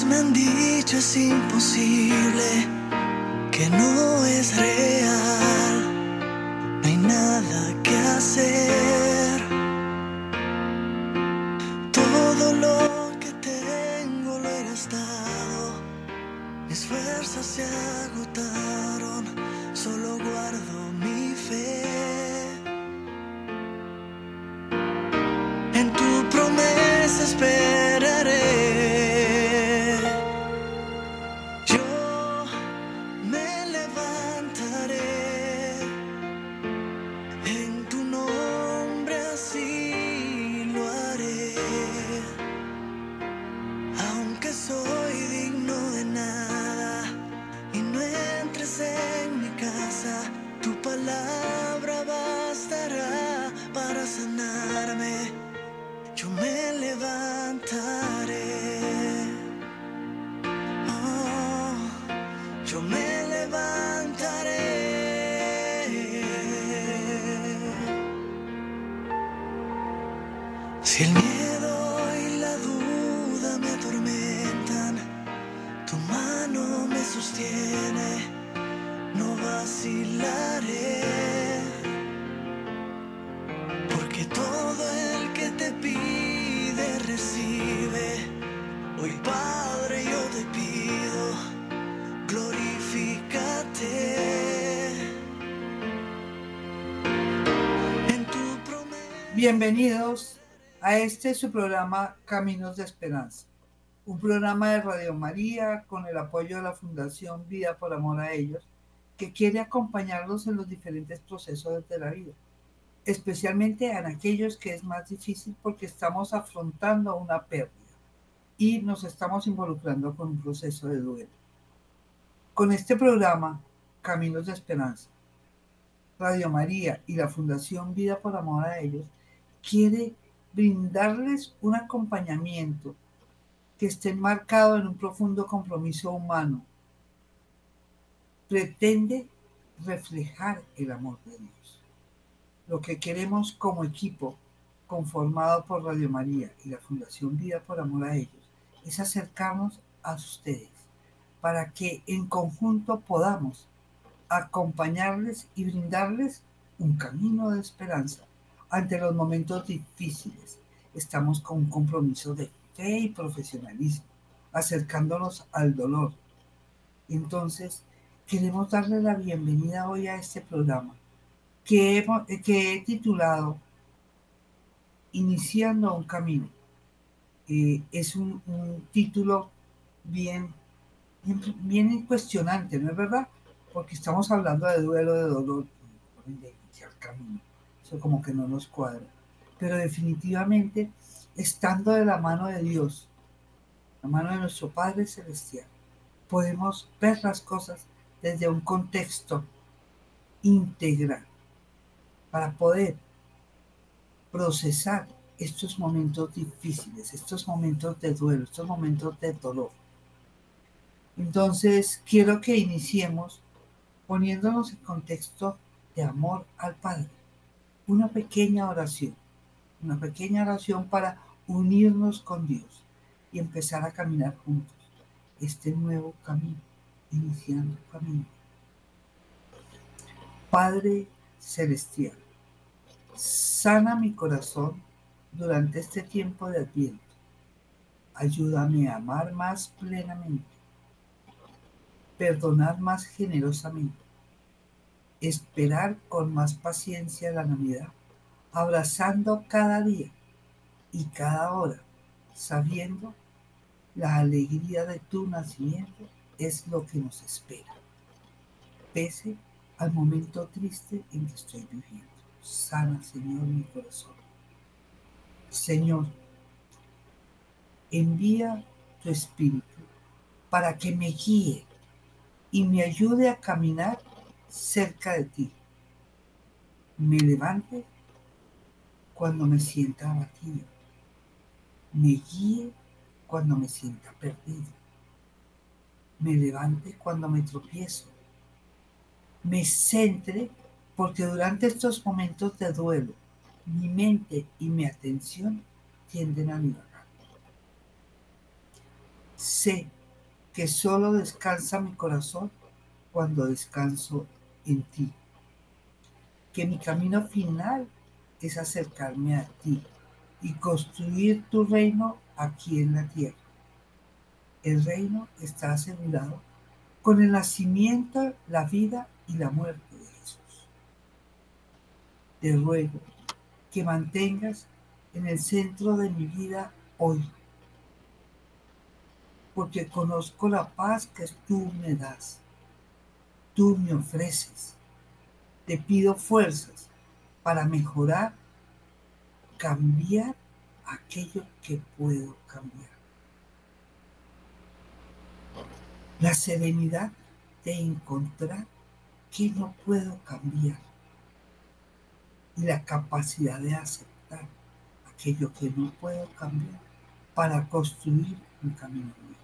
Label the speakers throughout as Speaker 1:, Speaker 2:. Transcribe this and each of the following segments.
Speaker 1: me han dicho es imposible, que no es real, no hay nada que hacer. Todo lo que tengo lo he gastado, mis fuerzas se agotaron, solo guardo mi fe. En tu promesa esperaré. Yo me levantaré. En tu nombre así lo haré. Aunque soy digno de nada y no entres en mi casa, tu palabra bastará para sanarme. Yo me levantaré, oh, yo me levantaré. Si el miedo y la duda me atormentan, tu mano me sostiene, no vacilaré. Porque todo el que te pide recibe. Hoy, Padre, yo te pido, glorifícate en tu promesa.
Speaker 2: Bienvenidos a su programa Caminos de Esperanza, un programa de Radio María con el apoyo de la Fundación Vida por Amor a Ellos, que quiere acompañarlos en los diferentes procesos de la vida, especialmente en aquellos que es más difícil porque estamos afrontando una pérdida y nos estamos involucrando con un proceso de duelo. Con este programa, Caminos de Esperanza, Radio María y la Fundación Vida por Amor a Ellos quiere brindarles un acompañamiento que esté enmarcado en un profundo compromiso humano. Pretende reflejar el amor de Dios. Lo que queremos como equipo conformado por Radio María y la Fundación Vida por Amor a Ellos es acercarnos a ustedes para que en conjunto podamos acompañarles y brindarles un camino de esperanza ante los momentos difíciles. Estamos con un compromiso de fe y profesionalismo, acercándonos al dolor. Entonces, queremos darle la bienvenida hoy a este programa que he titulado Iniciando un camino. Es un título bien cuestionante, ¿no es verdad? Porque estamos hablando de duelo, de dolor, de iniciar camino. Eso como que no nos cuadra. Pero definitivamente, estando de la mano de Dios, la mano de nuestro Padre Celestial, podemos ver las cosas desde un contexto integral para poder procesar estos momentos difíciles, estos momentos de duelo, estos momentos de dolor. Entonces, quiero que iniciemos poniéndonos en contexto de amor al Padre. Una pequeña oración para unirnos con Dios y empezar a caminar juntos este nuevo camino, iniciando camino. Padre Celestial, sana mi corazón durante este tiempo de Adviento. Ayúdame a amar más plenamente, perdonar más generosamente, esperar con más paciencia la Navidad, abrazando cada día y cada hora, sabiendo la alegría de tu nacimiento es lo que nos espera, pese al momento triste en que estoy viviendo. Sana, Señor, mi corazón. Señor, envía tu Espíritu para que me guíe y me ayude a caminar cerca de ti. Me levante cuando me sienta abatido. Me guíe cuando me sienta perdido. Me levante cuando me tropiezo. Me centre porque durante estos momentos de duelo, mi mente y mi atención tienden a divagar. Sé que solo descansa mi corazón cuando descanso en ti, que mi camino final es acercarme a ti y construir tu reino aquí en la tierra. El reino está asegurado con el nacimiento, la vida y la muerte de Jesús. Te ruego que mantengas en el centro de mi vida hoy, porque conozco la paz que tú me das, tú me ofreces. Te pido fuerzas para mejorar, cambiar aquello que puedo cambiar. La serenidad de encontrar que no puedo cambiar y la capacidad de aceptar aquello que no puedo cambiar para construir un camino nuevo.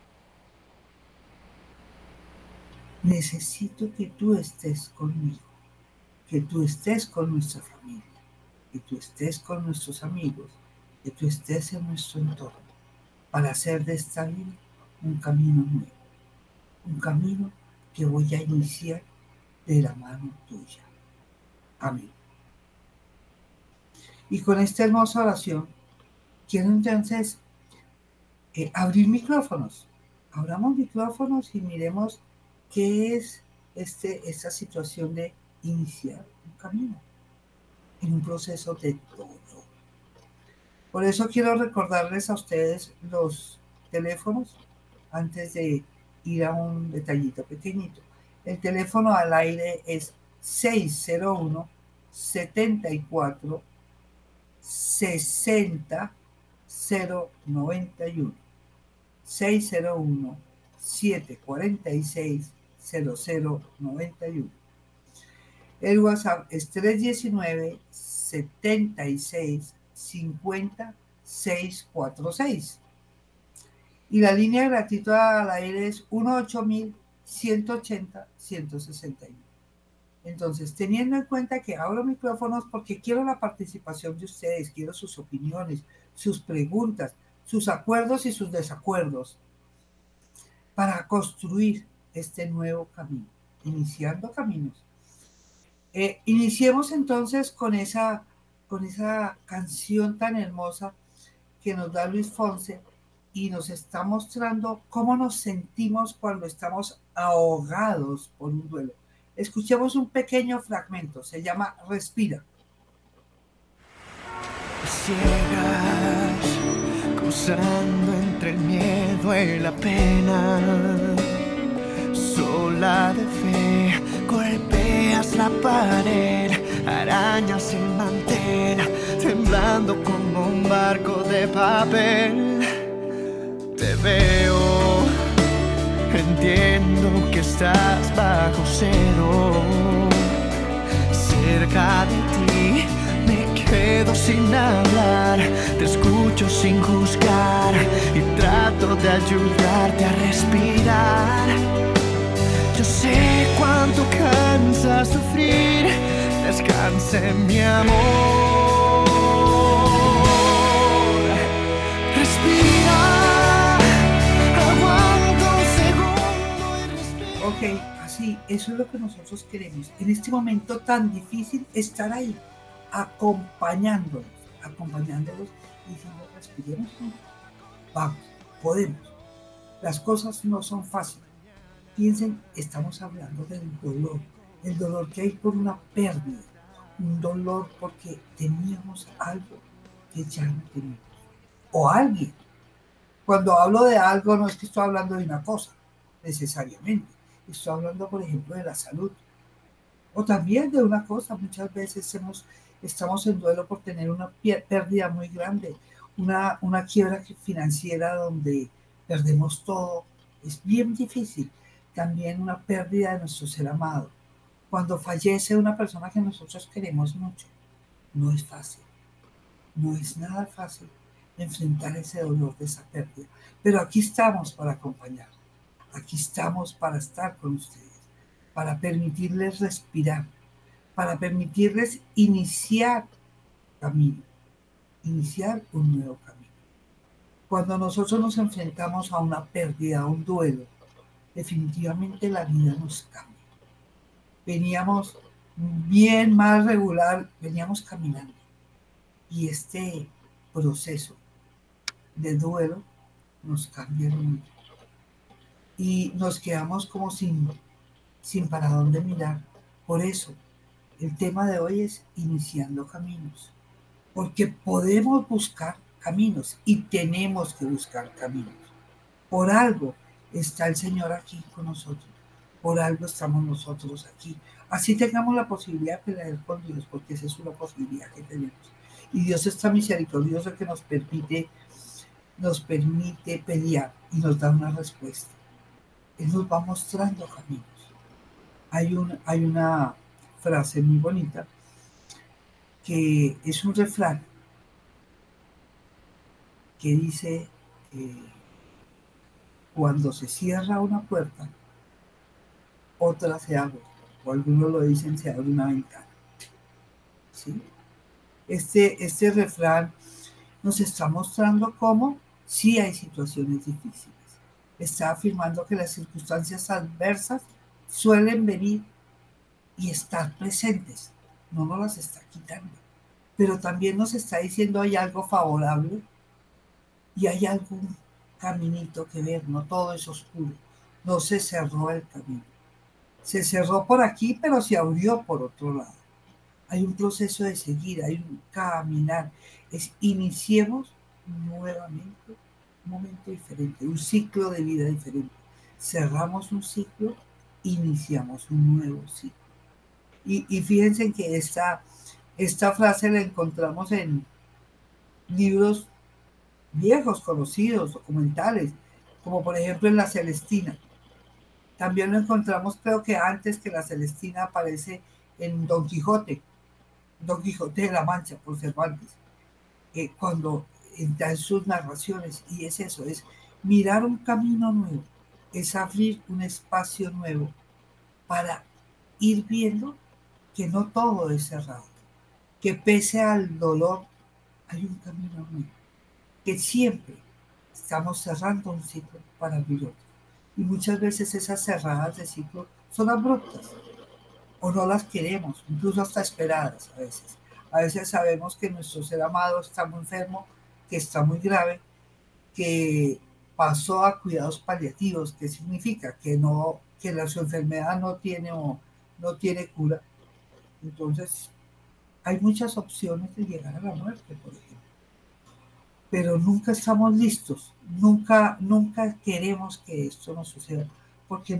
Speaker 2: Necesito que tú estés conmigo, que tú estés con nuestra familia, que tú estés con nuestros amigos, que tú estés en nuestro entorno para hacer de esta vida un camino nuevo, un camino que voy a iniciar de la mano tuya. Amén. Y con esta hermosa oración, quiero entonces abrir micrófonos. Abramos micrófonos y miremos qué es esta situación de iniciar un camino en un proceso de todo. Por eso quiero recordarles a ustedes los teléfonos antes de ir a un detallito pequeñito. El teléfono al aire es 601 74 60 091. 601 746 0091. El WhatsApp es 319 76 50 646. Y la línea gratuita al aire es 1-8180-161. Entonces, teniendo en cuenta que abro micrófonos porque quiero la participación de ustedes, quiero sus opiniones, sus preguntas, sus acuerdos y sus desacuerdos para construir este nuevo camino, iniciando caminos. Iniciemos entonces con esa canción tan hermosa que nos da Luis Fonse y nos está mostrando cómo nos sentimos cuando estamos ahogados por un duelo. Escuchemos un pequeño fragmento, se llama Respira.
Speaker 1: Ciegas, cruzando entre el miedo y la pena, sola de fe, golpeas la pared, arañas el mantel, temblando como un barco de papel. Te veo, entiendo que estás bajo cero, cerca de ti. Me quedo sin hablar, te escucho sin juzgar y trato de ayudarte a respirar. Yo sé cuánto cansa sufrir, descanse mi amor. Respira, aguanta un segundo y respira.
Speaker 2: Ok, así, eso es lo que nosotros queremos. En este momento tan difícil, estar ahí, acompañándolos y diciendo, respiremos juntos. Vamos, podemos. Las cosas no son fáciles. Piensen, estamos hablando del dolor, el dolor que hay por una pérdida, un dolor porque teníamos algo que ya no tenemos, o alguien. Cuando hablo de algo no es que estoy hablando de una cosa, necesariamente. Estoy hablando, por ejemplo, de la salud, o también de una cosa. Muchas veces estamos en duelo por tener una pérdida muy grande, una quiebra financiera donde perdemos todo. Es bien difícil. También una pérdida de nuestro ser amado. Cuando fallece una persona que nosotros queremos mucho, no es fácil. No es nada fácil enfrentar ese dolor de esa pérdida. Pero aquí estamos para acompañar. Aquí estamos para estar con ustedes, para permitirles respirar, para permitirles iniciar camino, iniciar un nuevo camino. Cuando nosotros nos enfrentamos a una pérdida, a un duelo, definitivamente la vida nos cambia. Veníamos bien, más regular, veníamos caminando. Y este proceso de duelo nos cambia el mundo. Y nos quedamos como sin para dónde mirar. Por eso, el tema de hoy es iniciando caminos. Porque podemos buscar caminos y tenemos que buscar caminos. Por algo está el Señor aquí con nosotros. Por algo estamos nosotros aquí. Así tengamos la posibilidad de pelear con Dios, porque esa es una posibilidad que tenemos. Y Dios está misericordioso que nos permite pelear y nos da una respuesta. Él nos va mostrando caminos. Hay una frase muy bonita que es un refrán que dice, cuando se cierra una puerta, otra se abre, o algunos lo dicen, se abre una ventana. ¿Sí? Este refrán nos está mostrando cómo sí hay situaciones difíciles. Está afirmando que las circunstancias adversas suelen venir y estar presentes, no nos las está quitando. Pero también nos está diciendo hay algo favorable y hay algún caminito que ver, no todo es oscuro, no se cerró el camino. Se cerró por aquí, pero se abrió por otro lado. Hay un proceso de seguir, hay un caminar. Iniciemos nuevamente un momento diferente, un ciclo de vida diferente. Cerramos un ciclo, iniciamos un nuevo ciclo. Y fíjense que esta frase la encontramos en libros viejos, conocidos, documentales, como por ejemplo en La Celestina. También lo encontramos, creo que antes que La Celestina aparece en Don Quijote de la Mancha, por Cervantes, cuando entra en sus narraciones, y es eso, es mirar un camino nuevo, es abrir un espacio nuevo para ir viendo que no todo es cerrado, que pese al dolor hay un camino nuevo, que siempre estamos cerrando un ciclo para abrir otro. Y muchas veces esas cerradas de ciclo son abruptas o no las queremos, incluso hasta esperadas a veces. A veces sabemos que nuestro ser amado está muy enfermo, que está muy grave, que pasó a cuidados paliativos, que significa que su enfermedad no tiene cura. Entonces, hay muchas opciones de llegar a la muerte, por ejemplo. Pero nunca estamos listos, nunca queremos que esto nos suceda, porque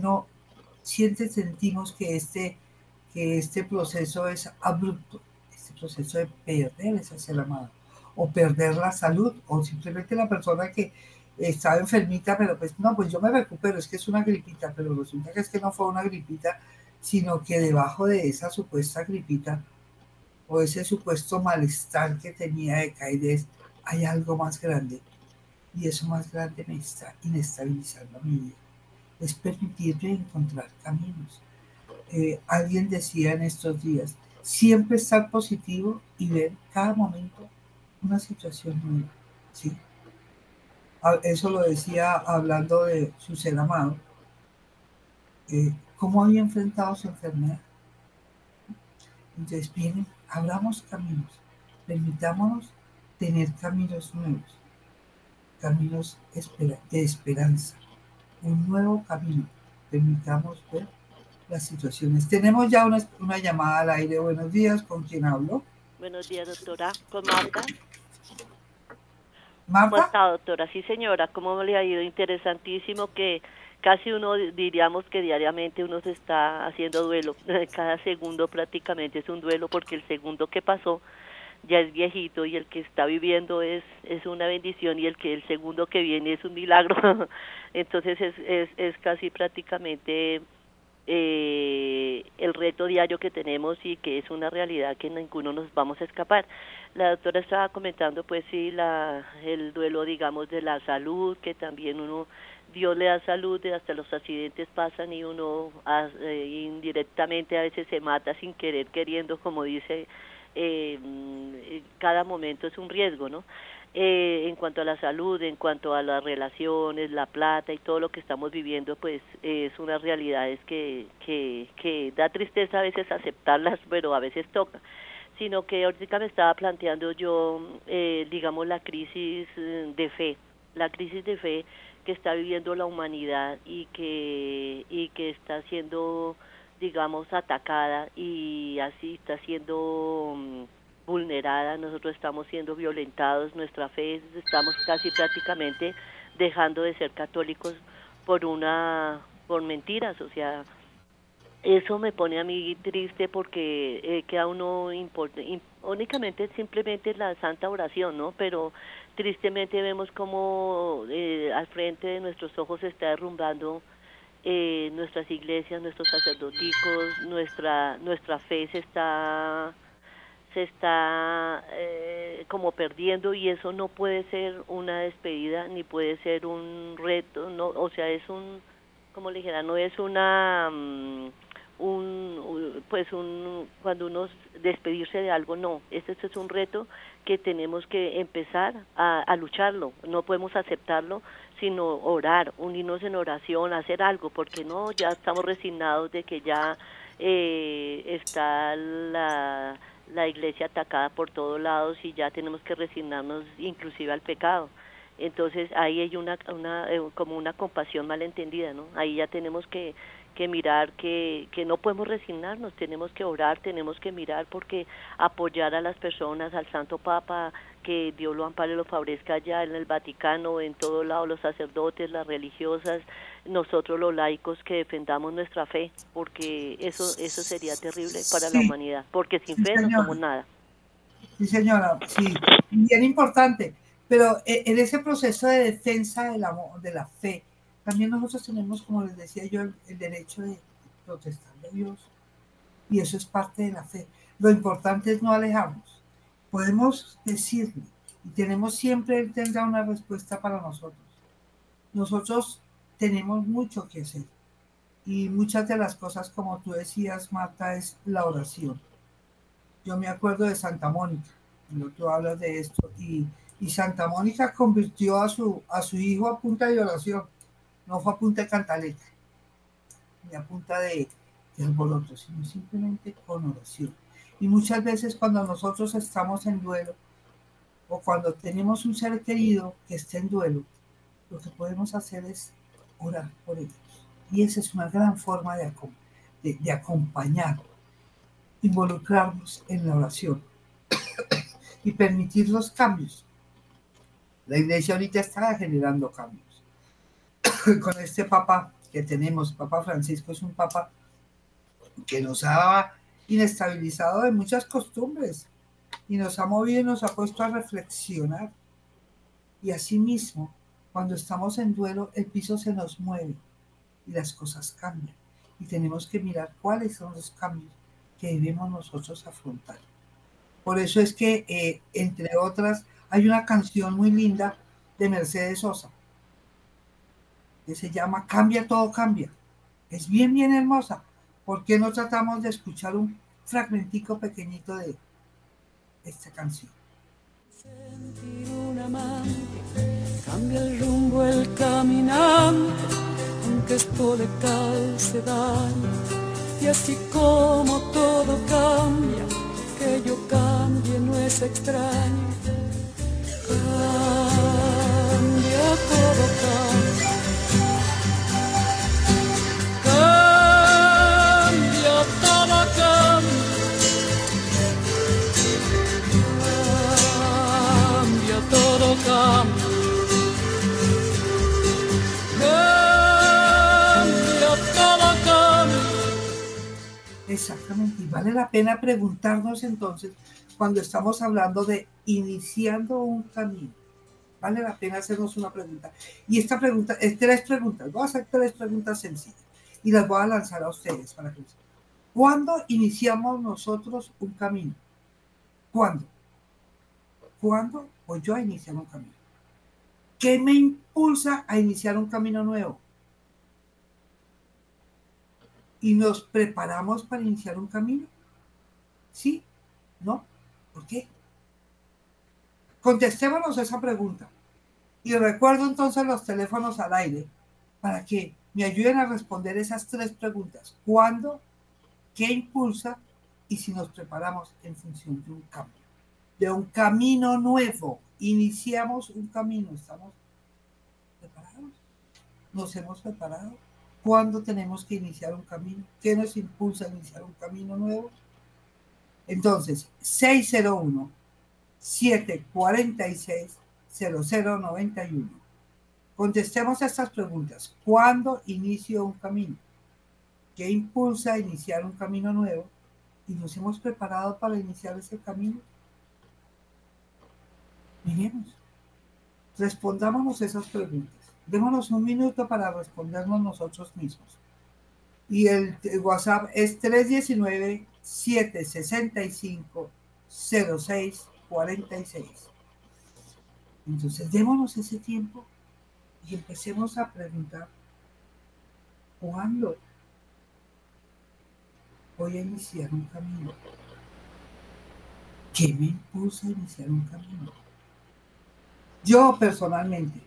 Speaker 2: sentimos que este proceso es abrupto, este proceso de perder ese ser amado, o perder la salud, o simplemente la persona que estaba enfermita, pero pues no, pues yo me recupero, es que es una gripita, pero resulta que es que no fue una gripita, sino que debajo de esa supuesta gripita, o ese supuesto malestar que tenía de caidez, hay algo más grande, y eso más grande me está inestabilizando mi vida. Es permitirme encontrar caminos. Alguien decía en estos días, siempre estar positivo y ver cada momento una situación nueva. ¿Sí? Eso lo decía hablando de su ser amado, cómo había enfrentado su enfermedad. Entonces, bien, abramos caminos, permitámonos tener caminos nuevos, caminos de esperanza, un nuevo camino. Permitamos ver las situaciones. Tenemos ya una llamada al aire. Buenos días, ¿con quién hablo?
Speaker 3: Buenos días, doctora. ¿Con Marta?
Speaker 2: ¿Marta?
Speaker 3: ¿Cómo está, doctora? Sí, señora. ¿Cómo le ha ido? Interesantísimo que casi uno, diríamos que diariamente uno se está haciendo duelo. Cada segundo prácticamente es un duelo porque el segundo que pasó ya es viejito y el que está viviendo es una bendición y el segundo que viene es un milagro. Entonces es casi prácticamente el reto diario que tenemos y que es una realidad que ninguno nos vamos a escapar. La doctora estaba comentando pues sí el duelo digamos de la salud, que también Dios le da salud, hasta los accidentes pasan y uno indirectamente a veces se mata sin querer queriendo, como dice, cada momento es un riesgo, ¿no? en cuanto a la salud, en cuanto a las relaciones, la plata y todo lo que estamos viviendo, pues es unas realidades que da tristeza a veces aceptarlas, pero a veces toca. Sino que ahorita me estaba planteando yo, digamos, la crisis de fe que está viviendo la humanidad y que está siendo, digamos, atacada y así está siendo vulnerada. Nosotros estamos siendo violentados, nuestra fe, estamos casi prácticamente dejando de ser católicos por mentiras, o sea, eso me pone a mí triste porque queda uno únicamente simplemente la santa oración, ¿no? Pero tristemente vemos como al frente de nuestros ojos se está derrumbando nuestras iglesias, nuestros sacerdoticos, nuestra fe se está como perdiendo, y eso no puede ser una despedida ni puede ser un reto, no, o sea, es un, como le dijera, no es una cuando uno despedirse de algo, no, este es un reto que tenemos que empezar a lucharlo, no podemos aceptarlo, sino orar, unirnos en oración, hacer algo, porque no, ya estamos resignados de que ya está la iglesia atacada por todos lados y ya tenemos que resignarnos inclusive al pecado. Entonces ahí hay como una compasión malentendida, ¿no? Ahí ya tenemos que mirar que no podemos resignarnos, tenemos que orar, tenemos que mirar, porque apoyar a las personas, al Santo Papa, que Dios lo ampare y lo favorezca allá en el Vaticano, en todo lado, los sacerdotes, las religiosas, nosotros los laicos, que defendamos nuestra fe, porque eso sería terrible para la
Speaker 2: Sí,
Speaker 3: humanidad, porque sin
Speaker 2: sí,
Speaker 3: fe no
Speaker 2: señora.
Speaker 3: somos nada.
Speaker 2: Sí, señora, sí, bien importante. Pero en ese proceso de defensa de la fe, también nosotros tenemos, como les decía yo, el derecho de protestarle a Dios. Y eso es parte de la fe. Lo importante es no alejarnos. Podemos decirle, y tenemos siempre, Él tendrá una respuesta para nosotros. Nosotros tenemos mucho que hacer. Y muchas de las cosas, como tú decías, Marta, es la oración. Yo me acuerdo de Santa Mónica, cuando tú hablas de esto, y Santa Mónica convirtió a su hijo a punta de oración, no fue a punta de cantaleta, ni a punta de alboroto, sino simplemente con oración. Y muchas veces cuando nosotros estamos en duelo, o cuando tenemos un ser querido que esté en duelo, lo que podemos hacer es orar por ellos. Y esa es una gran forma de acompañar, involucrarnos en la oración y permitir los cambios. La iglesia ahorita está generando cambios. Con este papa que tenemos, Papa Francisco, es un papa que nos ha inestabilizado de muchas costumbres y nos ha movido y nos ha puesto a reflexionar. Y asimismo, cuando estamos en duelo, el piso se nos mueve y las cosas cambian. Y tenemos que mirar cuáles son los cambios que debemos nosotros afrontar. Por eso es que, entre otras, hay una canción muy linda de Mercedes Sosa que se llama Cambia, todo cambia. Es bien, bien hermosa. ¿Por qué no tratamos de escuchar un fragmentico pequeñito de esta canción?
Speaker 4: Sentir un amante, cambia el rumbo el caminante, aunque esto le cause daño. Y así como todo cambia, que yo cambie no es extraño. Cambia, todo cambia. Cambia, todo cambia. Cambia, todo cambia. Cambia, todo cambia.
Speaker 2: Exactamente, y vale la pena preguntarnos entonces, cuando estamos hablando de iniciando un camino, vale la pena hacernos una pregunta. Y esta pregunta es 3 preguntas, voy a hacer 3 preguntas sencillas y las voy a lanzar a ustedes para que ¿cuándo iniciamos nosotros un camino? ¿Cuándo? ¿Cuándo voy yo a iniciar un camino? ¿Qué me impulsa a iniciar un camino nuevo? ¿Y nos preparamos para iniciar un camino? ¿Sí? ¿No? ¿Por qué? Contestémonos esa pregunta. Y recuerdo entonces los teléfonos al aire para que me ayuden a responder esas 3 preguntas. ¿Cuándo? ¿Qué impulsa? Y si nos preparamos en función de un cambio, de un camino nuevo. Iniciamos un camino. ¿Estamos preparados? ¿Nos hemos preparado? ¿Cuándo tenemos que iniciar un camino? ¿Qué nos impulsa a iniciar un camino nuevo? Entonces, 601-746-0091. Contestemos estas preguntas. ¿Cuándo inicio un camino? ¿Qué impulsa a iniciar un camino nuevo? ¿Y nos hemos preparado para iniciar ese camino? Miremos, respondámonos esas preguntas. Démonos un minuto para respondernos nosotros mismos. Y el WhatsApp es 319-765-0646. Entonces, démonos ese tiempo y empecemos a preguntar, ¿cuándo voy a iniciar un camino? ¿Qué me impulsa a iniciar un camino? Yo personalmente,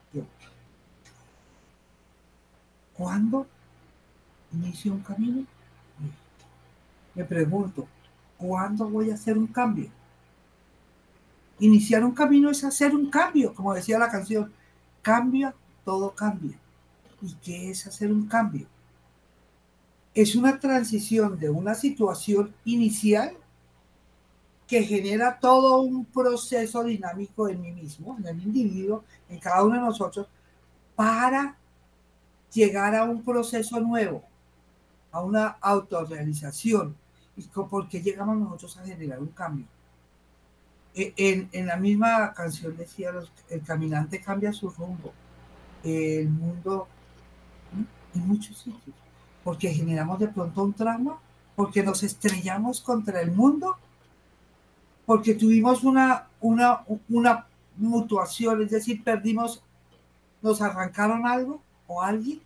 Speaker 2: ¿cuándo inicio un camino? Me pregunto, ¿cuándo voy a hacer un cambio? Iniciar un camino es hacer un cambio, como decía la canción, cambia, todo cambia. ¿Y qué es hacer un cambio? Es una transición de una situación inicial que genera todo un proceso dinámico en mí mismo, en el individuo, en cada uno de nosotros, para llegar a un proceso nuevo, a una autorrealización. ¿Y por qué llegamos nosotros a generar un cambio? En la misma canción decía, el caminante cambia su rumbo, el mundo, ¿no? En muchos sitios, porque generamos de pronto un trauma, porque nos estrellamos contra el mundo, porque tuvimos una mutuación, es decir, perdimos, nos arrancaron algo o alguien.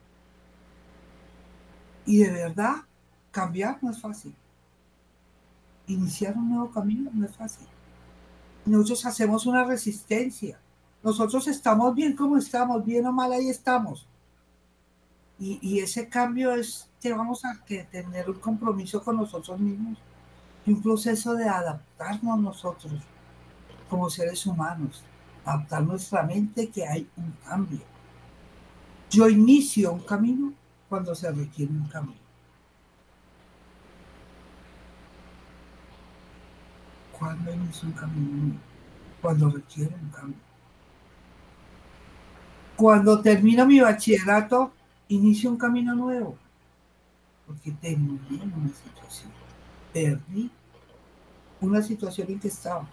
Speaker 2: Y de verdad, cambiar no es fácil. Iniciar un nuevo camino no es fácil. Nosotros hacemos una resistencia. Nosotros estamos bien como estamos, bien o mal ahí estamos. Y ese cambio es que vamos a tener un compromiso con nosotros mismos, un proceso de adaptarnos nosotros como seres humanos, adaptar nuestra mente que hay un cambio. Yo inicio un camino cuando se requiere un cambio. ¿Cuándo inicio un camino? Cuando requiere un cambio. Cuando termino mi bachillerato, inicio un camino nuevo, porque terminé en una situación, perdí una situación en que estaba.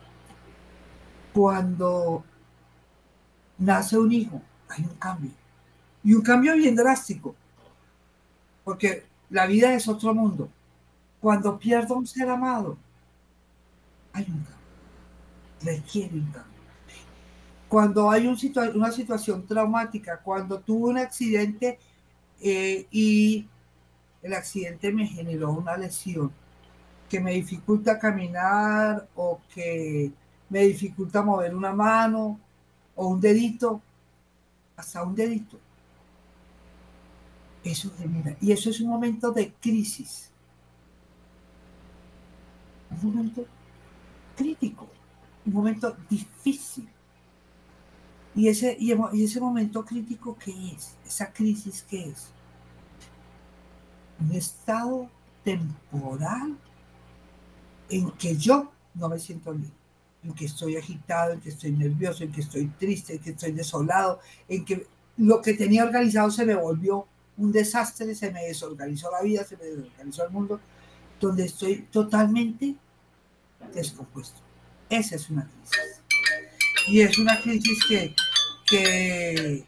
Speaker 2: Cuando nace un hijo, hay un cambio, y un cambio bien drástico, porque la vida es otro mundo. Cuando pierdo a un ser amado, hay un cambio, requiere un cambio. Cuando hay una situación traumática, cuando tuve un accidente y el accidente me generó una lesión que me dificulta caminar o que me dificulta mover una mano o un dedito, hasta un dedito. Eso genera, y eso es un momento de crisis, un momento crítico, un momento difícil. Y ese momento crítico, ¿qué es? Esa crisis, ¿qué es? Un estado temporal en que yo no me siento bien, en que estoy agitado, en que estoy nervioso, en que estoy triste, en que estoy desolado, en que lo que tenía organizado se me volvió un desastre, se me desorganizó la vida, se me desorganizó el mundo, donde estoy totalmente descompuesto. Esa es una crisis. Y es una crisis que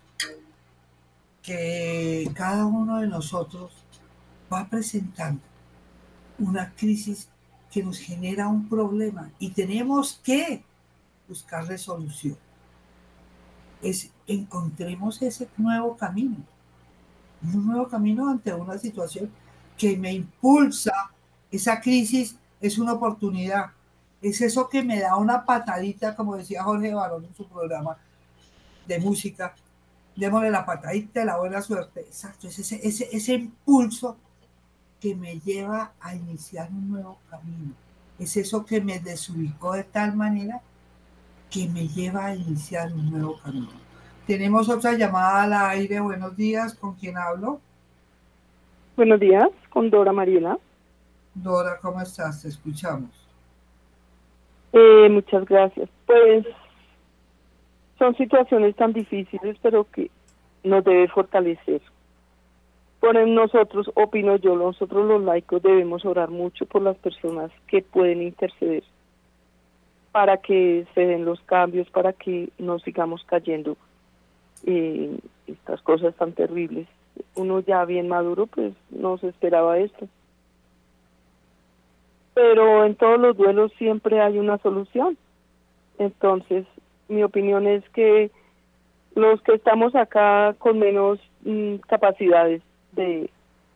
Speaker 2: cada uno de nosotros va presentando, una crisis que nos genera un problema y tenemos que buscar resolución. Encontremos ese nuevo camino, un nuevo camino ante una situación que me impulsa. Esa crisis es una oportunidad Es eso que me da una patadita, como decía Jorge Barón en su programa de música, démosle la patadita de la buena suerte. Exacto, es ese impulso que me lleva a iniciar un nuevo camino. Es eso que me desubicó de tal manera que me lleva a iniciar un nuevo camino. Tenemos otra llamada al aire. Buenos días, ¿con quién hablo?
Speaker 5: Buenos días, con Dora Mariela.
Speaker 2: Dora, ¿cómo estás? Te escuchamos.
Speaker 5: Muchas gracias. Pues son situaciones tan difíciles, pero que nos debe fortalecer. Por nosotros, opino yo, nosotros los laicos debemos orar mucho por las personas que pueden interceder para que se den los cambios, para que no sigamos cayendo en estas cosas tan terribles. Uno ya bien maduro, pues no se esperaba esto. Pero en todos los duelos siempre hay una solución. Entonces, mi opinión es que los que estamos acá con menos capacidades de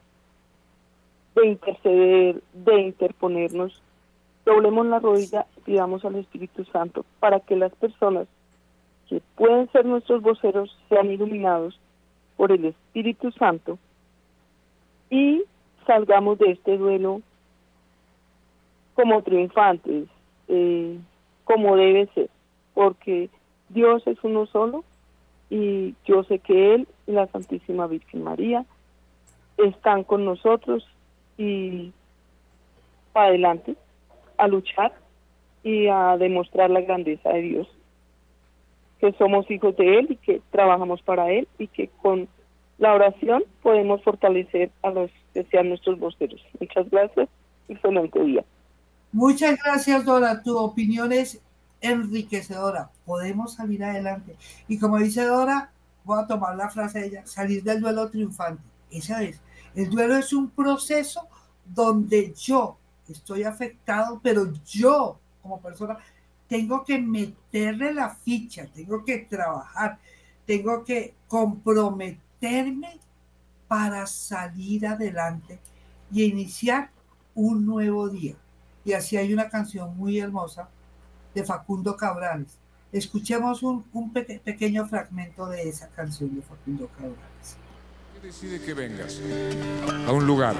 Speaker 5: interceder, de interponernos, doblemos la rodilla y pidamos al Espíritu Santo para que las personas que pueden ser nuestros voceros sean iluminados por el Espíritu Santo y salgamos de este duelo como triunfantes, como debe ser, porque Dios es uno solo y yo sé que Él y la Santísima Virgen María están con nosotros y para adelante a luchar y a demostrar la grandeza de Dios, que somos hijos de Él y que trabajamos para Él y que con la oración podemos fortalecer a los que sean nuestros voceros. Muchas gracias y excelente día.
Speaker 2: Muchas gracias, Dora. Tu opinión es enriquecedora. Podemos salir adelante. Y como dice Dora, voy a tomar la frase de ella, salir del duelo triunfante. Esa es. El duelo es un proceso donde yo estoy afectado, pero yo, como persona, tengo que meterle la ficha, tengo que trabajar, tengo que comprometerme para salir adelante y iniciar un nuevo día. Y así hay una canción muy hermosa de Facundo Cabrales. Escuchemos un pequeño fragmento de esa canción de Facundo Cabrales.
Speaker 6: Decide que vengas a un lugar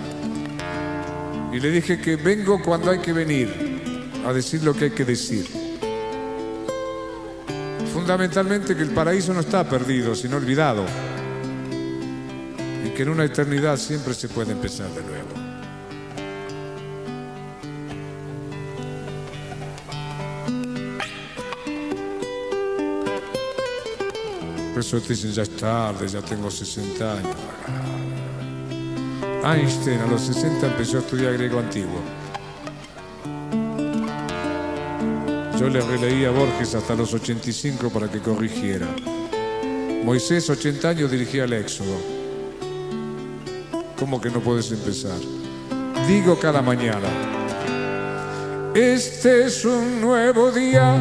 Speaker 6: y le dije que vengo cuando hay que venir a decir lo que hay que decir. Fundamentalmente que el paraíso no está perdido, sino olvidado, y que en una eternidad siempre se puede empezar de nuevo. Por eso te dicen, ya es tarde, ya tengo 60 años. Einstein a los 60 empezó a estudiar griego antiguo. Yo le releí a Borges hasta los 85 para que corrigiera. Moisés, 80 años, dirigía el Éxodo. ¿Cómo que no puedes empezar? Digo cada mañana, este es un nuevo día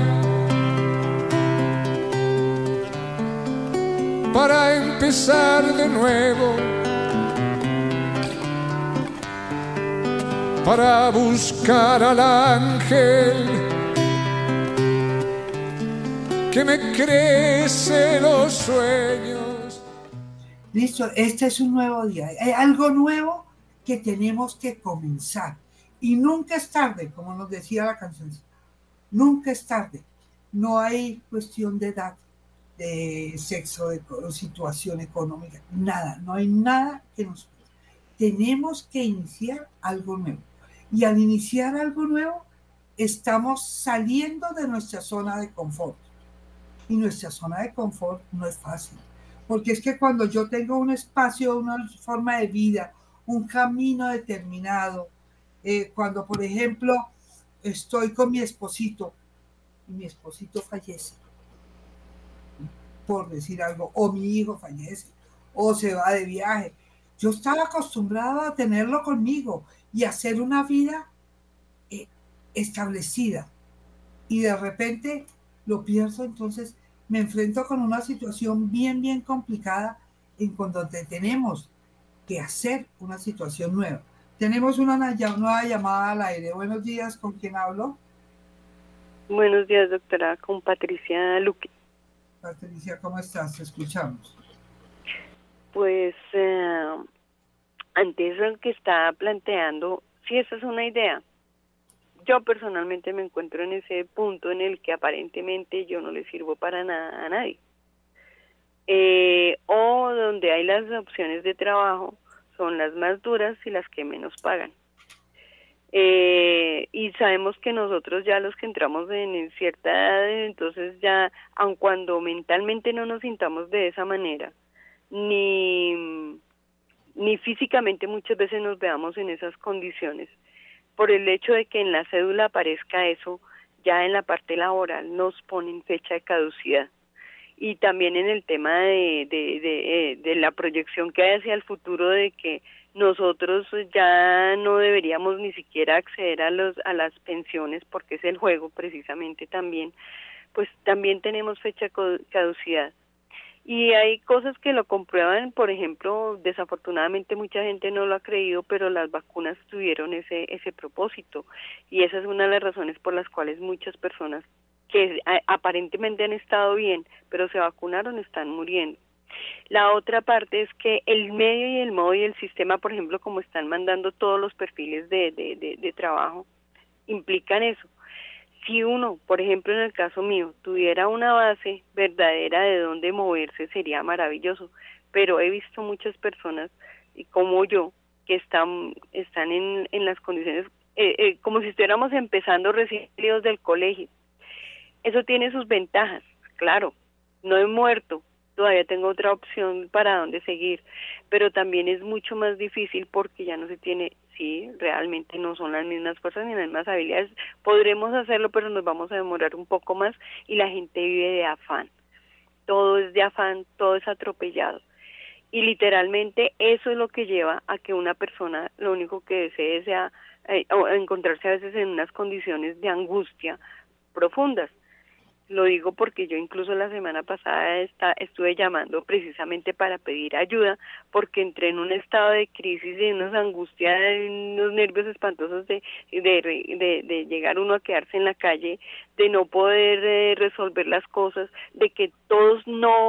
Speaker 6: para empezar de nuevo, para buscar al ángel que me crece los sueños.
Speaker 2: Listo, este es un nuevo día. Hay algo nuevo que tenemos que comenzar. Y nunca es tarde, como nos decía la canción. Nunca es tarde. No hay cuestión de edad, de sexo, de situación económica, nada, no hay nada que nos... Tenemos que iniciar algo nuevo. Y al iniciar algo nuevo, estamos saliendo de nuestra zona de confort. Y nuestra zona de confort no es fácil. Porque es que cuando yo tengo un espacio, una forma de vida, un camino determinado, cuando, por ejemplo, estoy con mi esposito y mi esposito fallece, por decir algo, o mi hijo fallece, o se va de viaje. Yo estaba acostumbrado a tenerlo conmigo y hacer una vida establecida. Y de repente lo pierdo, entonces me enfrento con una situación bien complicada en donde tenemos que hacer una situación nueva. Tenemos una nueva llamada al aire. Buenos días, ¿con quién hablo?
Speaker 7: Buenos días, doctora, con Patricia Luque.
Speaker 2: Patricia, ¿cómo estás? Te escuchamos.
Speaker 7: Pues ante eso que está planteando, sí, esa es una idea. Yo personalmente me encuentro en ese punto en el que aparentemente yo no le sirvo para nada a nadie. O donde hay las opciones de trabajo son las más duras y las que menos pagan. Y sabemos que nosotros ya los que entramos en cierta edad, entonces ya, aun cuando mentalmente no nos sintamos de esa manera, ni físicamente muchas veces nos veamos en esas condiciones, por el hecho de que en la cédula aparezca eso, ya en la parte laboral nos ponen fecha de caducidad. Y también en el tema de la proyección que hay hacia el futuro, de que nosotros ya no deberíamos ni siquiera acceder a las pensiones, porque es el juego precisamente también, pues también tenemos fecha de caducidad. Y hay cosas que lo comprueban, por ejemplo, desafortunadamente mucha gente no lo ha creído, pero las vacunas tuvieron ese propósito, y esa es una de las razones por las cuales muchas personas que aparentemente han estado bien, pero se vacunaron, están muriendo. La otra parte es que el medio y el modo y el sistema, por ejemplo, como están mandando todos los perfiles de trabajo, implican eso. Si uno, por ejemplo, en el caso mío, tuviera una base verdadera de dónde moverse, sería maravilloso. Pero he visto muchas personas, como yo, que están en las condiciones, como si estuviéramos empezando recién salidos del colegio. Eso tiene sus ventajas, claro, no he muerto, todavía tengo otra opción para dónde seguir, pero también es mucho más difícil porque ya no se tiene, sí, realmente no son las mismas fuerzas ni las mismas habilidades, podremos hacerlo, pero nos vamos a demorar un poco más, y la gente vive de afán, todo es de afán, todo es atropellado, y literalmente eso es lo que lleva a que una persona lo único que desee sea encontrarse a veces en unas condiciones de angustia profundas. Lo digo porque yo incluso la semana pasada estuve llamando precisamente para pedir ayuda, porque entré en un estado de crisis, de unas angustias, de unos nervios espantosos de llegar uno a quedarse en la calle, de no poder resolver las cosas, de que todos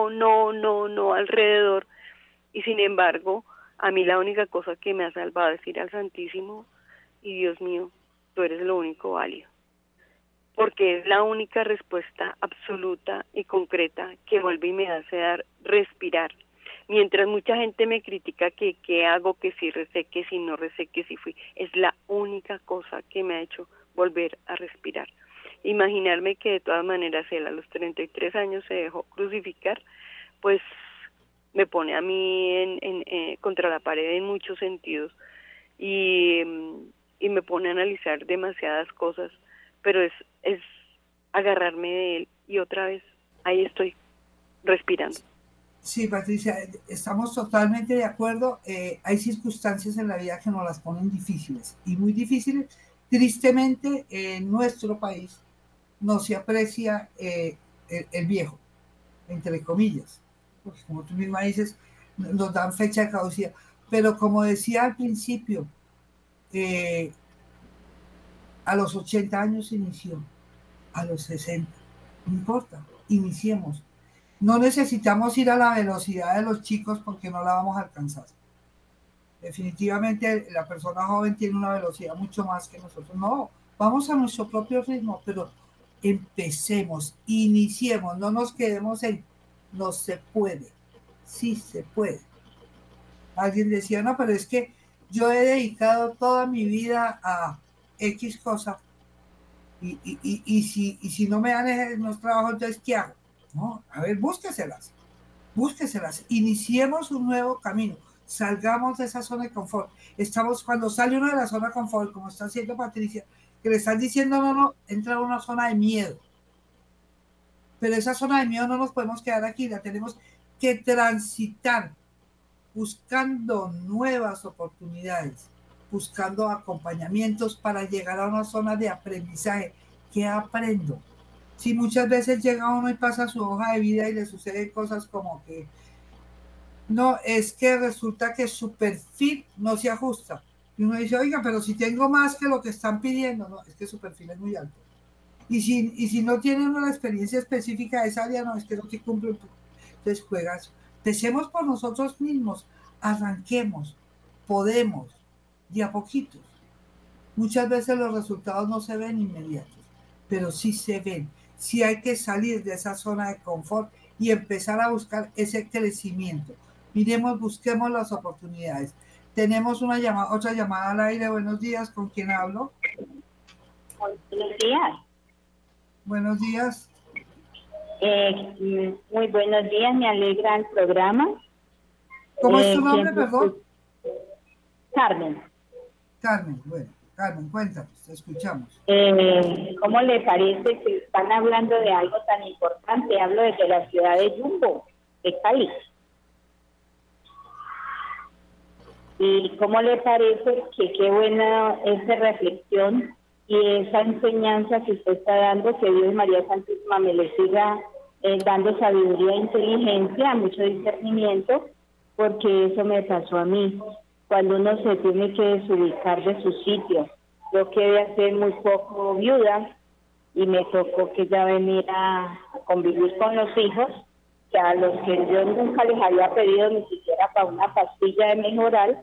Speaker 7: no alrededor, y sin embargo, a mí la única cosa que me ha salvado es ir al Santísimo, y Dios mío, tú eres lo único válido. Porque es la única respuesta absoluta y concreta que vuelve y me hace dar respirar. Mientras mucha gente me critica que qué hago, que si recé, que si no recé, que si fui, es la única cosa que me ha hecho volver a respirar. Imaginarme que de todas maneras él a los 33 años se dejó crucificar, pues me pone a mí contra la pared en muchos sentidos, y me pone a analizar demasiadas cosas, pero es agarrarme de él y otra vez ahí estoy respirando.
Speaker 2: Sí, Patricia, estamos totalmente de acuerdo. Hay circunstancias en la vida que nos las ponen difíciles, y muy difíciles. Tristemente, en nuestro país no se aprecia el viejo, entre comillas, porque como tú misma dices, nos dan fecha de caducidad. Pero como decía al principio, a los 80 años se inició, a los 60, no importa, iniciemos. No necesitamos ir a la velocidad de los chicos porque no la vamos a alcanzar. Definitivamente la persona joven tiene una velocidad mucho más que nosotros. No, vamos a nuestro propio ritmo, pero empecemos, iniciemos, no nos quedemos en no se puede. Sí se puede. Alguien decía, no, pero es que yo he dedicado toda mi vida a X cosa, y si no me dan los trabajos, entonces ¿qué hago? No, a ver, búsqueselas, iniciemos un nuevo camino, salgamos de esa zona de confort. Cuando sale uno de la zona de confort, como está haciendo Patricia, que le están diciendo no, entra a una zona de miedo, pero esa zona de miedo no nos podemos quedar aquí, la tenemos que transitar, buscando nuevas oportunidades, buscando acompañamientos para llegar a una zona de aprendizaje. ¿Qué aprendo? Si muchas veces llega uno y pasa su hoja de vida y le suceden cosas como que no, es que resulta que su perfil no se ajusta. Y uno dice, oiga, pero si tengo más que lo que están pidiendo, no, es que su perfil es muy alto. Y si no tiene una experiencia específica de esa área, no, es que no te cumple. Entonces juegas. Empecemos por nosotros mismos, arranquemos, podemos, de a poquitos. Muchas veces los resultados no se ven inmediatos, pero sí se ven. Sí hay que salir de esa zona de confort y empezar a buscar ese crecimiento. Miremos, busquemos las oportunidades. Tenemos otra llamada al aire. Buenos días, ¿con quién hablo?
Speaker 8: Buenos días.
Speaker 2: Buenos días.
Speaker 8: Muy buenos días, me alegra el programa.
Speaker 2: ¿Cómo es tu nombre, perdón?
Speaker 8: Carmen.
Speaker 2: Carmen, bueno, Carmen, cuéntanos, te escuchamos.
Speaker 8: ¿Cómo le parece que están hablando de algo tan importante? Hablo desde la ciudad de Yumbo, de Cali. ¿Y cómo le parece que qué buena esa reflexión y esa enseñanza que usted está dando, que Dios María Santísima me le siga dando sabiduría e inteligencia, mucho discernimiento, porque eso me pasó a mí, cuando uno se tiene que desubicar de su sitio. Yo quedé hace muy poco viuda y me tocó que ya venir a convivir con los hijos, que a los que yo nunca les había pedido ni siquiera para una pastilla de mejorar,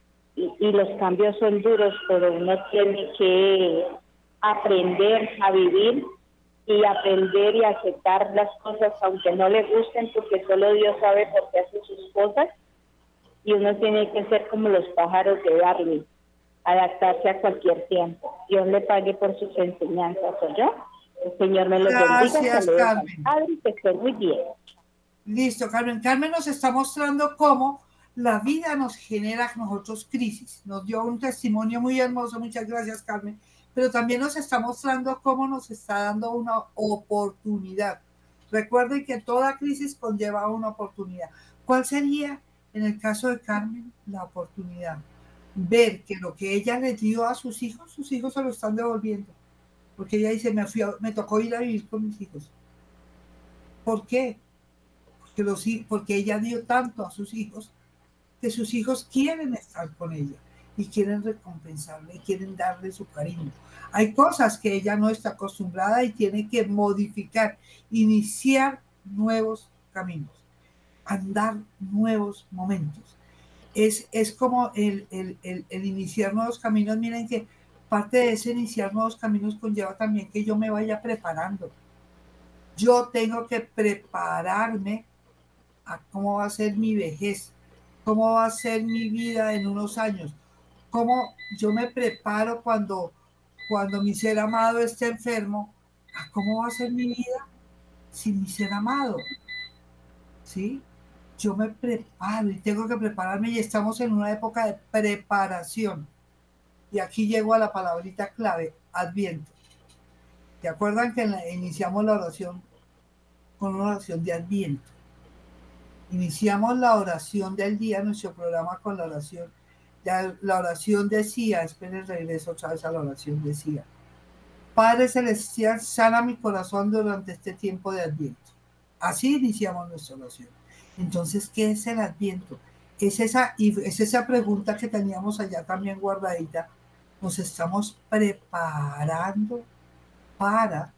Speaker 8: y los cambios son duros, pero uno tiene que aprender a vivir y aprender y aceptar las cosas aunque no le gusten, porque solo Dios sabe por qué hace sus cosas, y uno tiene que ser como los pájaros de Darwin, adaptarse a cualquier tiempo. Dios le pague por sus enseñanzas, ¿oyó? El Señor me lo bendiga.
Speaker 2: Gracias, Carmen.
Speaker 8: Padre, que esté muy bien.
Speaker 2: Listo, Carmen. Carmen nos está mostrando cómo la vida nos genera a nosotros crisis. Nos dio un testimonio muy hermoso, muchas gracias, Carmen. Pero también nos está mostrando cómo nos está dando una oportunidad. Recuerden que toda crisis conlleva una oportunidad. ¿Cuál sería, en el caso de Carmen, la oportunidad? Ver que lo que ella le dio a sus hijos se lo están devolviendo. Porque ella dice, me tocó ir a vivir con mis hijos. ¿Por qué? Porque ella dio tanto a sus hijos que sus hijos quieren estar con ella y quieren recompensarle y quieren darle su cariño. Hay cosas que ella no está acostumbrada y tiene que modificar, iniciar nuevos caminos, andar nuevos momentos. Es como el iniciar nuevos caminos. Miren que parte de ese iniciar nuevos caminos conlleva también que yo me vaya preparando. Yo tengo que prepararme a cómo va a ser mi vejez, cómo va a ser mi vida en unos años, cómo yo me preparo cuando mi ser amado esté enfermo, a cómo va a ser mi vida sin mi ser amado, ¿sí? Yo me preparo y tengo que prepararme, y estamos en una época de preparación. Y aquí llego a la palabrita clave, Adviento. ¿Se acuerdan que iniciamos la oración con una oración de Adviento? Iniciamos la oración del día, nuestro programa, con la oración. La oración decía, esperen, regreso otra vez a la oración, decía: Padre Celestial, sana mi corazón durante este tiempo de Adviento. Así iniciamos nuestra oración. Entonces, ¿qué es el Adviento? Es esa pregunta que teníamos allá también guardadita. Nos estamos preparando para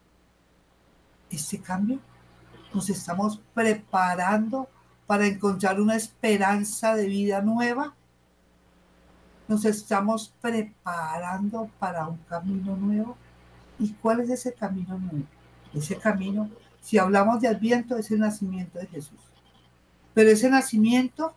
Speaker 2: este cambio. Nos estamos preparando para encontrar una esperanza de vida nueva. Nos estamos preparando para un camino nuevo. ¿Y cuál es ese camino nuevo? Ese camino, si hablamos de Adviento, es el nacimiento de Jesús. Pero ese nacimiento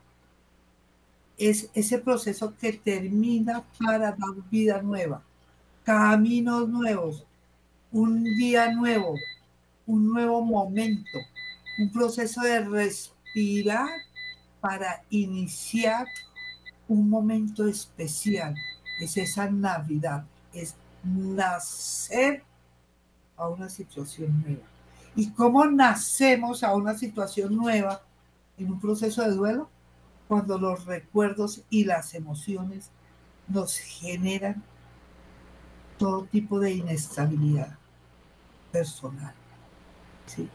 Speaker 2: es ese proceso que termina para dar vida nueva, caminos nuevos, un día nuevo, un nuevo momento, un proceso de respirar para iniciar un momento especial. Es esa Navidad, es nacer a una situación nueva. ¿Y cómo nacemos a una situación nueva en un proceso de duelo? Cuando los recuerdos y las emociones nos generan todo tipo de inestabilidad personal. ¿Sí?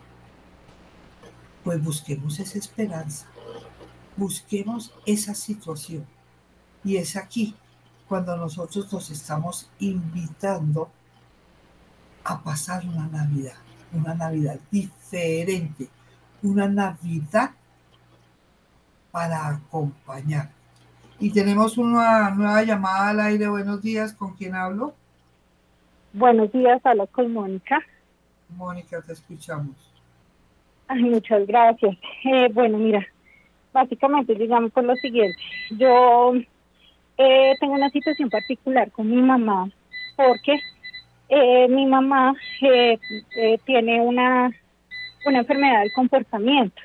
Speaker 2: Pues busquemos esa esperanza, busquemos esa situación. Y es aquí cuando nosotros nos estamos invitando a pasar una Navidad diferente, una Navidad para acompañar. Y tenemos una nueva llamada al aire. Buenos días, ¿con quién hablo?
Speaker 9: Buenos días, hablo con Mónica.
Speaker 2: Mónica, te escuchamos.
Speaker 9: Ay, muchas gracias. Bueno, mira, básicamente digamos por lo siguiente. Yo tengo una situación particular con mi mamá, porque mi mamá tiene una enfermedad del comportamiento.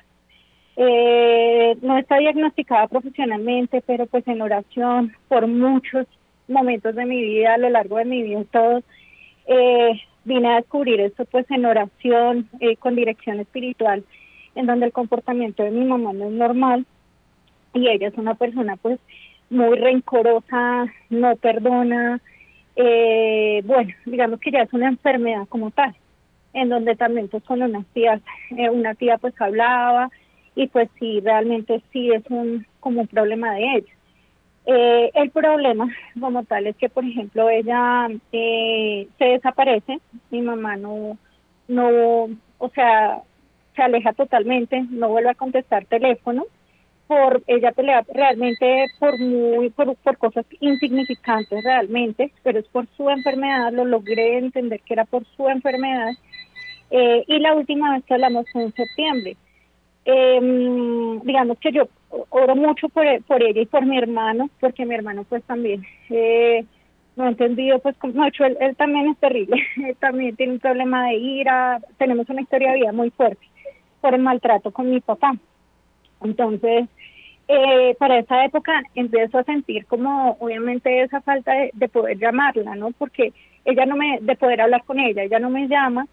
Speaker 9: No está diagnosticada profesionalmente, pero pues en oración, por muchos momentos de mi vida, a lo largo de mi vida, todo, vine a descubrir esto pues en oración, con dirección espiritual, en donde el comportamiento de mi mamá no es normal, y ella es una persona pues muy rencorosa, no perdona, bueno, digamos que ya es una enfermedad como tal, en donde también pues con una tía pues hablaba, y pues sí, realmente sí es como un problema de ella. El problema como tal es que, por ejemplo, ella se desaparece, mi mamá no, o sea, se aleja totalmente, no vuelve a contestar teléfono, ella pelea realmente por cosas insignificantes realmente, pero es por su enfermedad, lo logré entender que era por su enfermedad, y la última vez que hablamos fue en septiembre. Digamos que yo oro mucho por ella y por mi hermano, porque mi hermano pues también no ha entendido, pues como hecho, él también es terrible, él también tiene un problema de ira, tenemos una historia de vida muy fuerte por el maltrato con mi papá. Entonces, para esa época empiezo a sentir como obviamente esa falta de poder llamarla, ¿no? Porque de poder hablar con ella no me llama.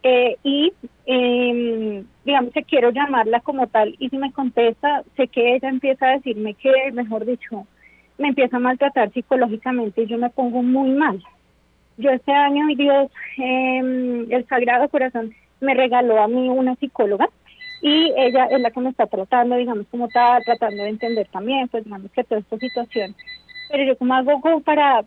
Speaker 9: Digamos que quiero llamarla como tal, y si me contesta, sé que ella empieza a decirme que, mejor dicho, me empieza a maltratar psicológicamente y yo me pongo muy mal. Yo este año, Dios, el Sagrado Corazón me regaló a mí una psicóloga, y ella es la que me está tratando, digamos, como tal, tratando de entender también, pues digamos que toda esta situación. Pero yo como hago como para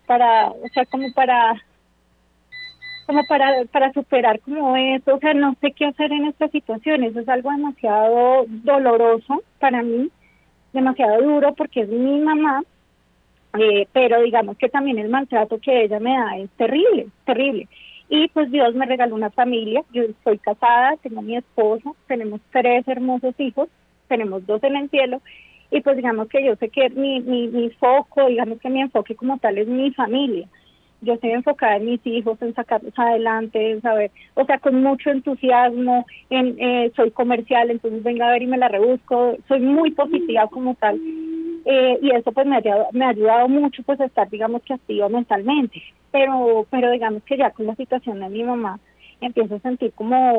Speaker 9: superar como eso, o sea, no sé qué hacer en estas situaciones, es algo demasiado doloroso para mí, demasiado duro porque es mi mamá, pero digamos que también el maltrato que ella me da es terrible, terrible. Y pues Dios me regaló una familia, yo estoy casada, tengo mi esposo, tenemos 3 hermosos hijos, tenemos 2 en el cielo, y pues digamos que yo sé que mi foco, digamos que mi enfoque como tal es mi familia. Yo estoy enfocada en mis hijos, en sacarlos adelante, en saber, o sea, con mucho entusiasmo, soy comercial, entonces venga a ver y me la rebusco, soy muy positiva como tal, y eso pues me ha ayudado mucho pues a estar, digamos que activa mentalmente, pero digamos que ya con la situación de mi mamá, me empiezo a sentir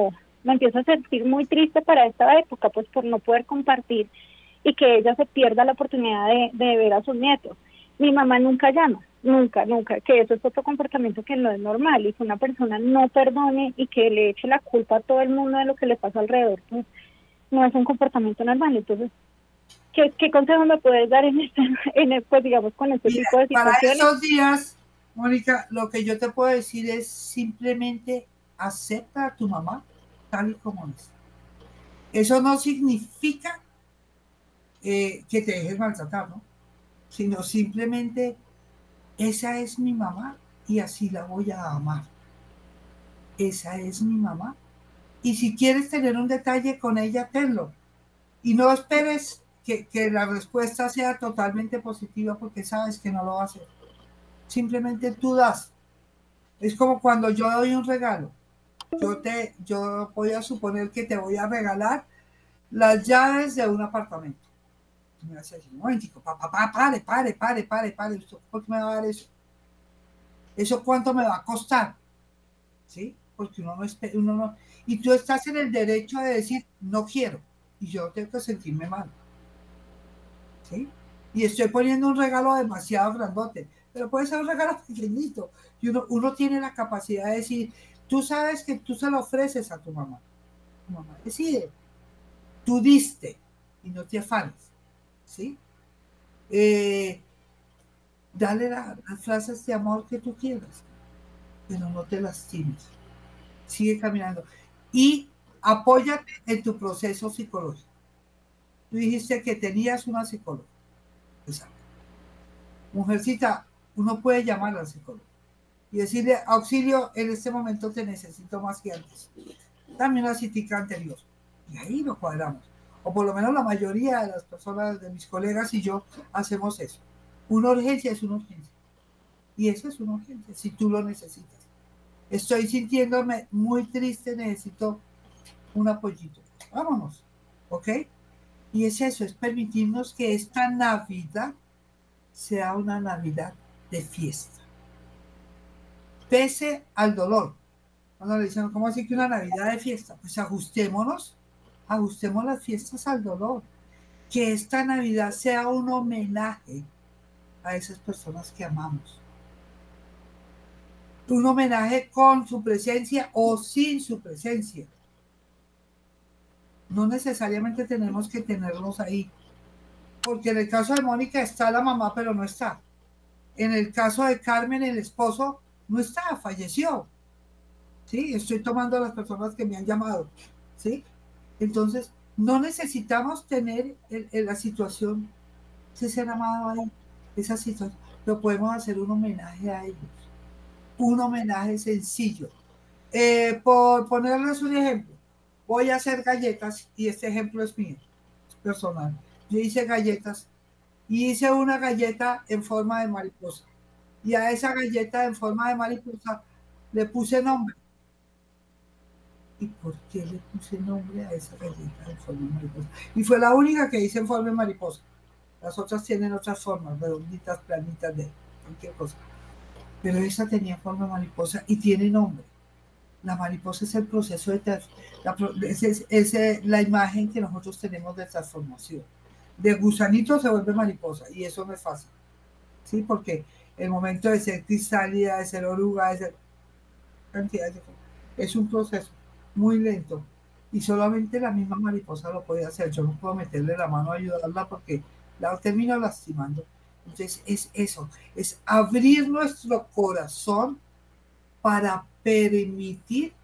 Speaker 9: muy triste para esta época, pues por no poder compartir, y que ella se pierda la oportunidad de ver a sus nietos. Mi mamá nunca llama, nunca, que eso es otro comportamiento que no es normal, y que una persona no perdone y que le eche la culpa a todo el mundo de lo que le pasa alrededor, pues no es un comportamiento normal. Entonces, ¿qué consejo me puedes dar pues digamos con este tipo de situaciones?
Speaker 2: Para esos días, Mónica, lo que yo te puedo decir es simplemente acepta a tu mamá tal y como es. Eso no significa que te dejes maltratar, ¿no? Sino simplemente esa es mi mamá y así la voy a amar. Esa es mi mamá. Y si quieres tener un detalle con ella, tenlo. Y no esperes que la respuesta sea totalmente positiva, porque sabes que no lo va a hacer. Simplemente tú das. Es como cuando yo doy un regalo. Yo voy a suponer que te voy a regalar las llaves de un apartamento. Tú me vas a decir, un momentico, pare, ¿por qué me va a dar eso? ¿Eso cuánto me va a costar? ¿Sí? Porque uno no, y tú estás en el derecho de decir, no quiero, y yo tengo que sentirme mal. ¿Sí? Y estoy poniendo un regalo demasiado grandote, pero puede ser un regalo pequeñito, y uno tiene la capacidad de decir, tú sabes que tú se lo ofreces a tu mamá decide, tú diste, y no te afanes, ¿sí? Dale las frases de amor que tú quieras, pero no te lastimes. sigue caminando. Y apóyate en tu proceso psicológico. Tú dijiste que tenías una psicóloga. Exacto. Mujercita, uno puede llamar al psicólogo y decirle, auxilio, en este momento te necesito más que antes. Dame una citica anterior. Y ahí lo cuadramos. O por lo menos la mayoría de las personas, de mis colegas y yo, hacemos eso. Una urgencia es una urgencia. Y eso es una urgencia, si tú lo necesitas. Estoy sintiéndome muy triste, necesito un apoyito. Vámonos, ¿ok? Y es eso, es permitirnos que esta Navidad sea una Navidad de fiesta. Pese al dolor. Cuando le dicen, ¿cómo así que una Navidad de fiesta? Pues ajustemos las fiestas al dolor. Que esta Navidad sea un homenaje a esas personas que amamos. Un homenaje con su presencia o sin su presencia. No necesariamente tenemos que tenerlos ahí. Porque en el caso de Mónica está la mamá, pero no está. En el caso de Carmen, el esposo no está, falleció. ¿Sí? Estoy tomando a las personas que me han llamado. ¿Sí? Entonces, no necesitamos tener la situación de ser amado ahí. Esa situación. Lo podemos hacer un homenaje a ellos. Un homenaje sencillo. Por ponerles un ejemplo, voy a hacer galletas y este ejemplo es mío, es personal. Yo hice galletas y hice una galleta en forma de mariposa y a esa galleta en forma de mariposa le puse nombre. ¿Y por qué le puse nombre a esa galleta en forma de mariposa? Y fue la única que hice en forma de mariposa. Las otras tienen otras formas, redonditas, planitas, de cualquier cosa. Pero esa tenía forma de mariposa y tiene nombre. La mariposa es el proceso de es la imagen que nosotros tenemos de transformación. De gusanito se vuelve mariposa y eso no es fácil. ¿Sí? Porque el momento de ser crisálida, de ser oruga, de ser cantidad de cosas, es un proceso muy lento y solamente la misma mariposa lo puede hacer. Yo no puedo meterle la mano a ayudarla porque la termino lastimando. Entonces es eso, es abrir nuestro corazón para permitir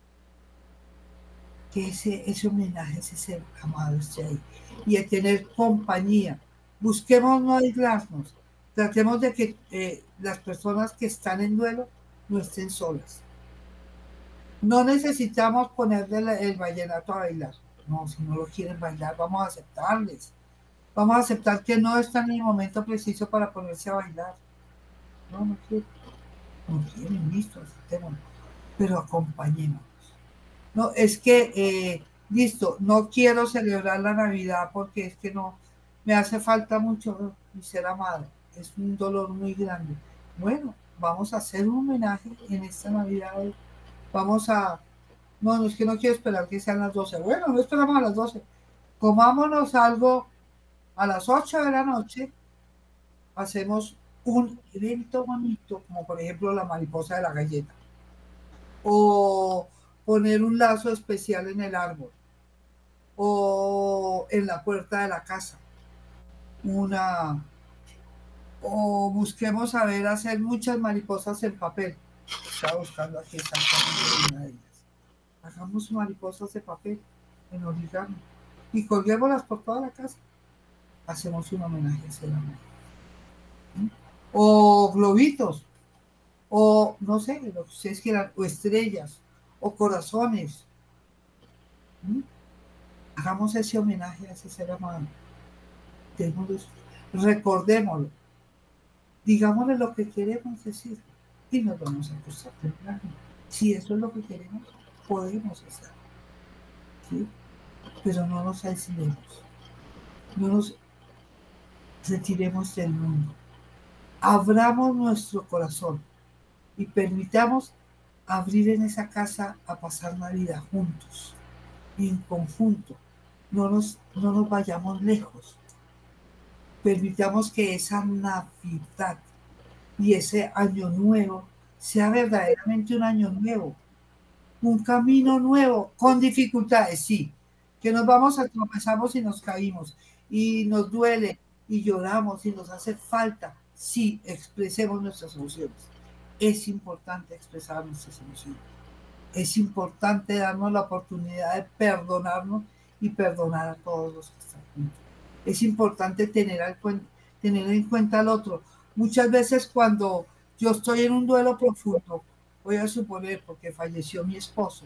Speaker 2: que ese homenaje, ese ser amado esté ahí y de tener compañía. Busquemos no aislarnos, tratemos de que las personas que están en duelo no estén solas. No necesitamos ponerle el vallenato a bailar. No, si no lo quieren bailar, vamos a aceptarles. Vamos a aceptar que no están en el momento preciso para ponerse a bailar. No quieren. No quieren, listo, aceptémoslo. Pero acompañémonos. No, es que, listo, no quiero celebrar la Navidad porque es que no, me hace falta mucho mi ser amado. Es un dolor muy grande. Bueno, vamos a hacer un homenaje en esta Navidad. Vamos a... No, es que no quiero esperar que sean las 12. Bueno, no esperamos a las 12. Comámonos algo a las 8 de la noche. Hacemos un evento bonito, como por ejemplo la mariposa de la galleta. O poner un lazo especial en el árbol. O en la puerta de la casa. O busquemos hacer muchas mariposas en papel. Estaba buscando aquí exactamente una de ellas. Hagamos mariposas de papel en origami y colguémoslas por toda la casa. Hacemos un homenaje a ese amor. O globitos, o no sé, lo que ustedes quieran, o estrellas, o corazones. Hagamos ese homenaje a ese ser amado. Recordémoslo. Digámosle lo que queremos decir y nos vamos a acostar temprano. Si eso es lo que queremos, podemos hacer. ¿Sí? Pero no nos aislemos. No nos retiremos del mundo. Abramos nuestro corazón y permitamos abrir en esa casa a pasar Navidad juntos, en conjunto. No nos vayamos lejos. Permitamos que esa Navidad y ese año nuevo sea verdaderamente un año nuevo, un camino nuevo, con dificultades, sí, que nos vamos a tropezamos y nos caímos, y nos duele, y lloramos, y nos hace falta, sí, expresemos nuestras emociones. Es importante expresar nuestras emociones. Es importante darnos la oportunidad de perdonarnos y perdonar a todos los que están juntos. Es importante tener en cuenta al otro. Muchas veces cuando yo estoy en un duelo profundo, voy a suponer porque falleció mi esposo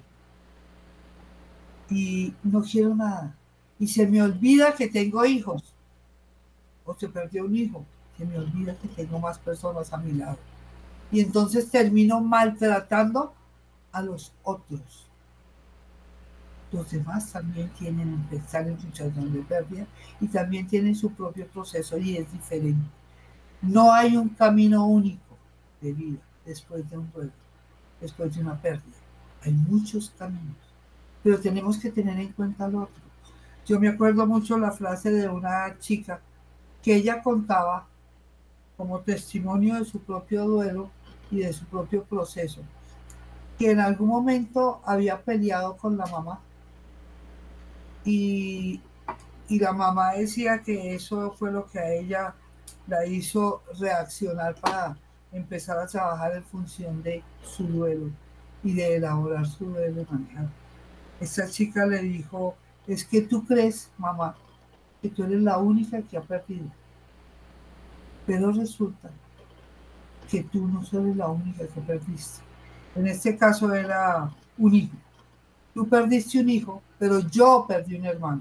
Speaker 2: y no quiero nada, y se me olvida que tengo hijos, o se perdió un hijo, se me olvida que tengo más personas a mi lado. Y entonces termino maltratando a los otros. Los demás también están en situación de pérdida y también tienen su propio proceso y es diferente. No hay un camino único de vida después de un duelo, después de una pérdida. Hay muchos caminos, pero tenemos que tener en cuenta al otro. Yo me acuerdo mucho la frase de una chica que ella contaba como testimonio de su propio duelo y de su propio proceso, que en algún momento había peleado con la mamá y la mamá decía que eso fue lo que a ella la hizo reaccionar para empezar a trabajar en función de su duelo y de elaborar su duelo y manejar. Esta chica le dijo, es que tú crees, mamá, que tú eres la única que ha perdido, pero resulta que tú no eres la única que perdiste. En este caso era un hijo. Tú perdiste un hijo, pero yo perdí un hermano.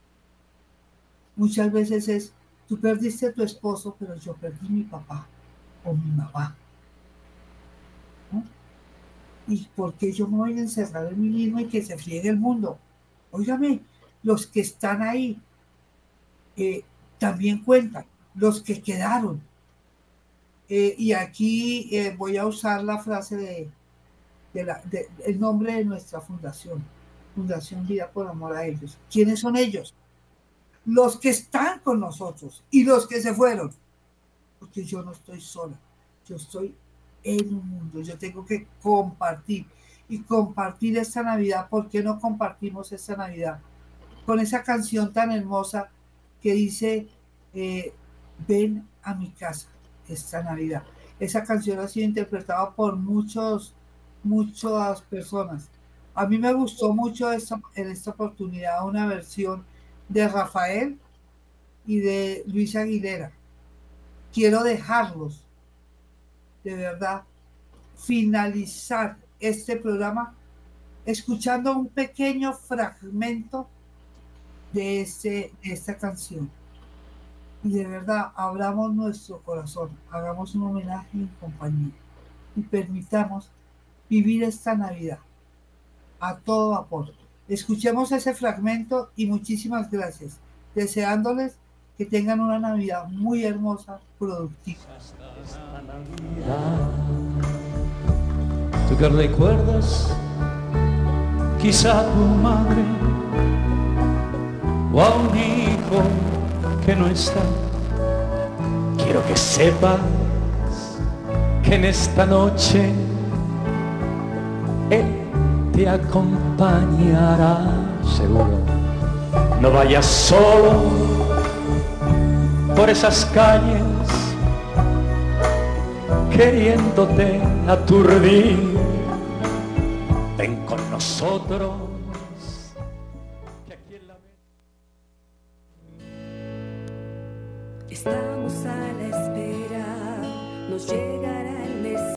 Speaker 2: Muchas veces tú perdiste a tu esposo, pero yo perdí mi papá o mi mamá. ¿No? ¿Y por qué yo me voy a encerrar en mí mismo y que se friegue el mundo? Óigame, los que están ahí también cuentan, los que quedaron. Y aquí voy a usar la frase el nombre de nuestra fundación, Fundación Vida por Amor a Ellos. ¿Quiénes son ellos? Los que están con nosotros y los que se fueron. Porque yo no estoy sola, yo estoy en un mundo, yo tengo que compartir. Y compartir esta Navidad, ¿por qué no compartimos esta Navidad? Con esa canción tan hermosa que dice, ven a mi casa esta Navidad. Esa canción ha sido interpretada por muchas personas. A mí me gustó mucho en esta oportunidad una versión de Rafael y de Luis Aguilera. Quiero dejarlos, de verdad, finalizar este programa escuchando un pequeño fragmento de esta canción. Y de verdad, abramos nuestro corazón, hagamos un homenaje en compañía y permitamos vivir esta Navidad a todo vapor. Escuchemos ese fragmento y muchísimas gracias, deseándoles que tengan una Navidad muy hermosa, productiva.
Speaker 10: Esta Navidad, tú que recuerdas quizá a tu madre o a un hijo que no está, quiero que sepas que en esta noche Él te acompañará seguro. No vayas solo por esas calles queriéndote aturdir. Ven con nosotros.
Speaker 11: Estamos a la espera, nos llegará el mes.